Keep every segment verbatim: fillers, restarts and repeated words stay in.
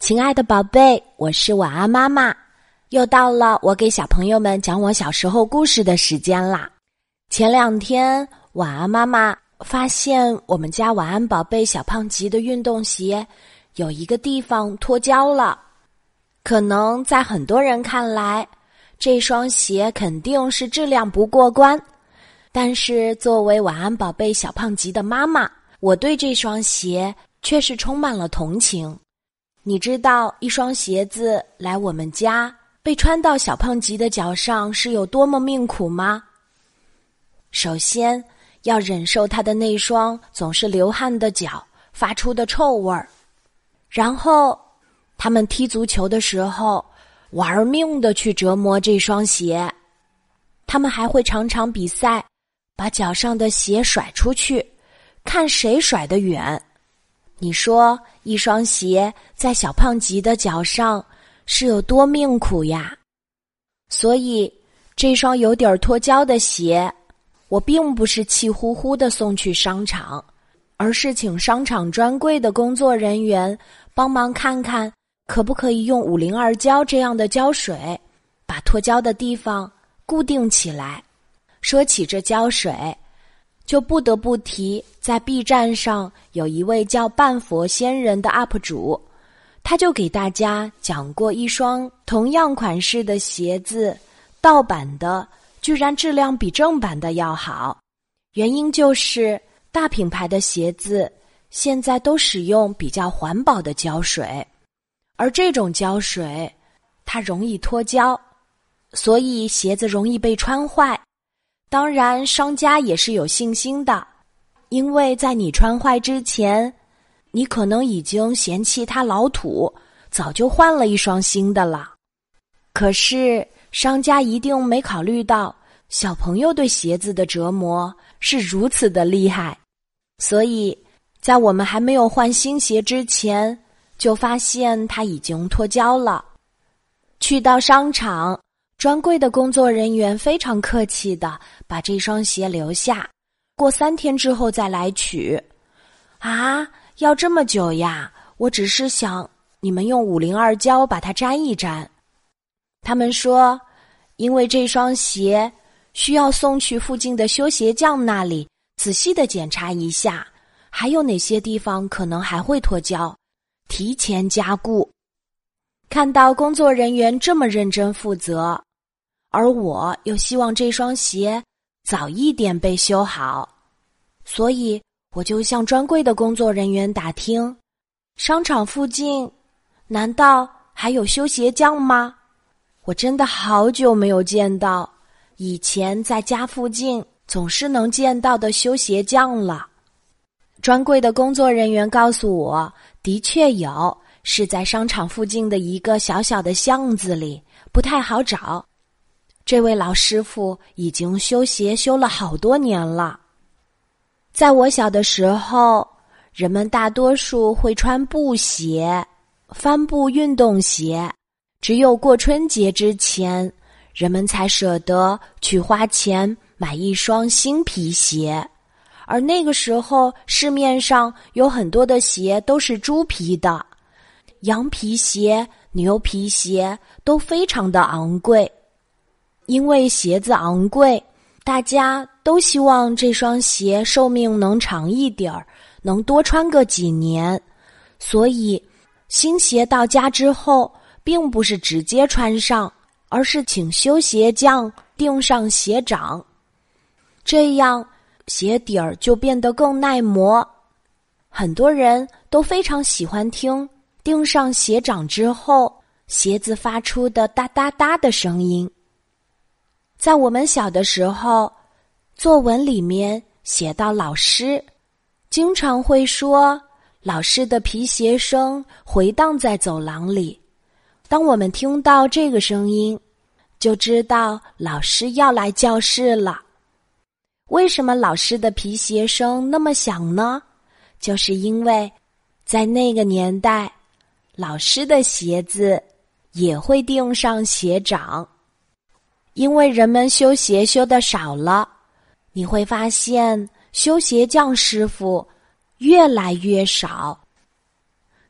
亲爱的宝贝，我是晚安妈妈，又到了我给小朋友们讲我小时候故事的时间啦。前两天，晚安妈妈发现我们家晚安宝贝小胖吉的运动鞋有一个地方脱胶了。可能在很多人看来，这双鞋肯定是质量不过关，但是作为晚安宝贝小胖吉的妈妈，我对这双鞋却是充满了同情。你知道一双鞋子来我们家被穿到小胖吉的脚上是有多么命苦吗？首先要忍受他的那双总是流汗的脚发出的臭味儿，然后他们踢足球的时候玩命地去折磨这双鞋，他们还会常常比赛，把脚上的鞋甩出去，看谁甩得远。你说一双鞋在小胖吉的脚上是有多命苦呀？所以这双有点脱胶的鞋，我并不是气呼呼地送去商场，而是请商场专柜的工作人员帮忙看看可不可以用五零二胶这样的胶水把脱胶的地方固定起来。说起这胶水，就不得不提在 B 站上有一位叫半佛仙人的 U P 主，他就给大家讲过一双同样款式的鞋子，盗版的居然质量比正版的要好。原因就是大品牌的鞋子现在都使用比较环保的胶水，而这种胶水它容易脱胶，所以鞋子容易被穿坏。当然商家也是有信心的，因为在你穿坏之前，你可能已经嫌弃它老土，早就换了一双新的了。可是商家一定没考虑到小朋友对鞋子的折磨是如此的厉害，所以在我们还没有换新鞋之前，就发现它已经脱胶了。去到商场，专柜的工作人员非常客气地把这双鞋留下，过三天之后再来取。啊，要这么久呀？我只是想你们用五零二胶把它粘一粘。他们说，因为这双鞋需要送去附近的修鞋匠那里仔细地检查一下，还有哪些地方可能还会脱胶，提前加固。看到工作人员这么认真负责，而我又希望这双鞋早一点被修好，所以我就向专柜的工作人员打听，商场附近难道还有修鞋匠吗？我真的好久没有见到以前在家附近总是能见到的修鞋匠了。专柜的工作人员告诉我，的确有，是在商场附近的一个小小的巷子里，不太好找。这位老师傅已经修鞋修了好多年了。在我小的时候，人们大多数会穿布鞋、帆布运动鞋，只有过春节之前，人们才舍得去花钱买一双新皮鞋。而那个时候市面上有很多的鞋都是猪皮的，羊皮鞋、牛皮鞋都非常的昂贵。因为鞋子昂贵，大家都希望这双鞋寿命能长一点儿，能多穿个几年。所以新鞋到家之后并不是直接穿上，而是请修鞋匠钉上鞋掌，这样鞋底儿就变得更耐磨。很多人都非常喜欢听钉上鞋掌之后鞋子发出的哒哒哒的声音。在我们小的时候，作文里面写到老师经常会说，老师的皮鞋声回荡在走廊里。当我们听到这个声音，就知道老师要来教室了。为什么老师的皮鞋声那么响呢？就是因为在那个年代，老师的鞋子也会钉上鞋掌。因为人们修鞋修得少了，你会发现修鞋匠师傅越来越少。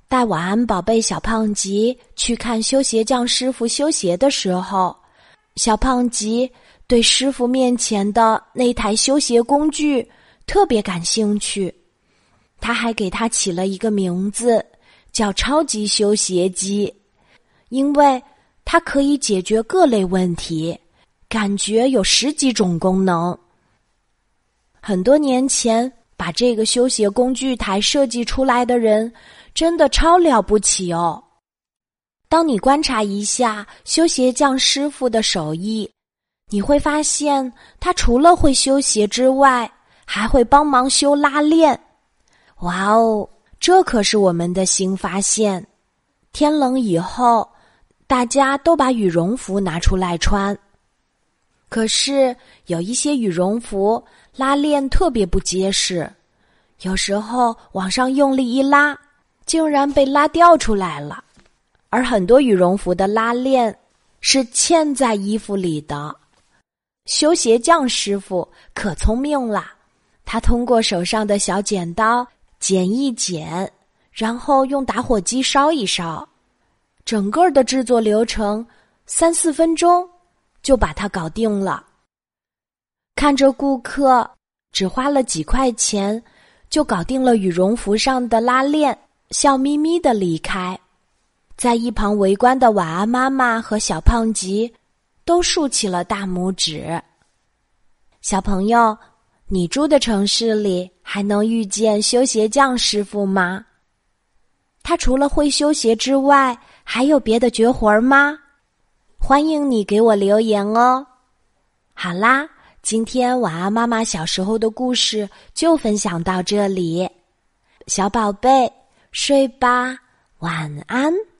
带晚安宝贝小胖吉去看修鞋匠师傅修鞋的时候，小胖吉对师傅面前的那台修鞋工具特别感兴趣。他还给它起了一个名字，叫超级修鞋机，因为它可以解决各类问题，感觉有十几种功能。很多年前把这个修鞋工具台设计出来的人真的超了不起哦。当你观察一下修鞋匠师傅的手艺，你会发现他除了会修鞋之外，还会帮忙修拉链。哇哦，这可是我们的新发现。天冷以后，大家都把羽绒服拿出来穿。可是有一些羽绒服拉链特别不结实，有时候往上用力一拉，竟然被拉掉出来了。而很多羽绒服的拉链是嵌在衣服里的。修鞋匠师傅可聪明了，他通过手上的小剪刀剪一剪，然后用打火机烧一烧，整个的制作流程三四分钟就把它搞定了。看着顾客只花了几块钱就搞定了羽绒服上的拉链，笑眯眯地离开。在一旁围观的晚安妈妈和小胖吉都竖起了大拇指。小朋友，你住的城市里还能遇见修鞋匠师傅吗？他除了会修鞋之外，还有别的绝活吗？欢迎你给我留言哦。好啦，今天晚安妈妈小时候的故事就分享到这里。小宝贝，睡吧，晚安。